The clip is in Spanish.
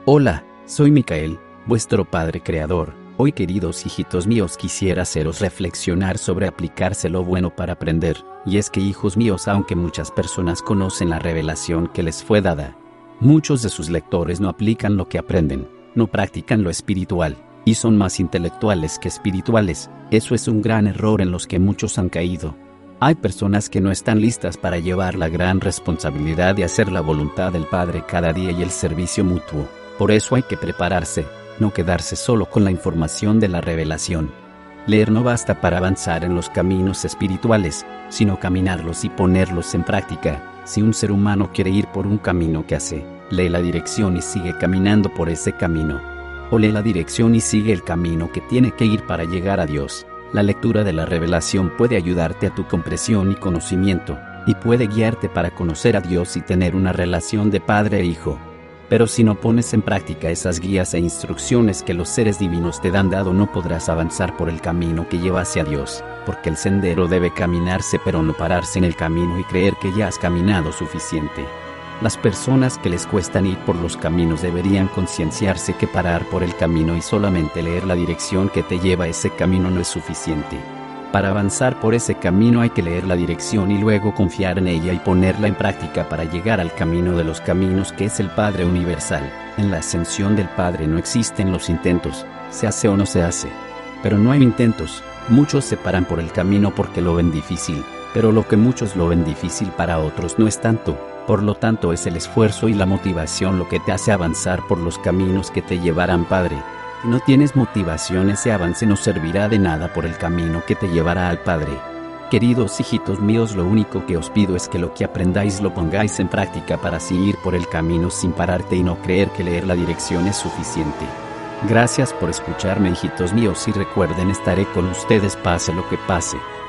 Hola, soy Micael, vuestro Padre Creador. Hoy, queridos hijitos míos, quisiera haceros reflexionar sobre aplicarse lo bueno para aprender. Y es que, hijos míos, aunque muchas personas conocen la revelación que les fue dada, muchos de sus lectores no aplican lo que aprenden, no practican lo espiritual, y son más intelectuales que espirituales. Eso es un gran error en los que muchos han caído. Hay personas que no están listas para llevar la gran responsabilidad de hacer la voluntad del Padre cada día y el servicio mutuo. Por eso hay que prepararse, no quedarse solo con la información de la revelación. Leer no basta para avanzar en los caminos espirituales, sino caminarlos y ponerlos en práctica. Si un ser humano quiere ir por un camino que hace, lee la dirección y sigue caminando por ese camino. O lee la dirección y sigue el camino que tiene que ir para llegar a Dios. La lectura de la revelación puede ayudarte a tu comprensión y conocimiento, y puede guiarte para conocer a Dios y tener una relación de padre e hijo. Pero si no pones en práctica esas guías e instrucciones que los seres divinos te han dado, no podrás avanzar por el camino que lleva hacia Dios, porque el sendero debe caminarse, pero no pararse en el camino y creer que ya has caminado suficiente. Las personas que les cuestan ir por los caminos deberían concienciarse que parar por el camino y solamente leer la dirección que te lleva a ese camino no es suficiente. Para avanzar por ese camino hay que leer la dirección y luego confiar en ella y ponerla en práctica para llegar al camino de los caminos, que es el Padre Universal. En la ascensión del Padre no existen los intentos, se hace o no se hace. Pero no hay intentos, muchos se paran por el camino porque lo ven difícil, pero lo que muchos lo ven difícil para otros no es tanto. Por lo tanto, es el esfuerzo y la motivación lo que te hace avanzar por los caminos que te llevarán Padre. Si no tienes motivación, ese avance no servirá de nada por el camino que te llevará al Padre. Queridos hijitos míos, lo único que os pido es que lo que aprendáis lo pongáis en práctica para seguir por el camino sin pararte y no creer que leer la dirección es suficiente. Gracias por escucharme, hijitos míos, y recuerden, estaré con ustedes pase lo que pase.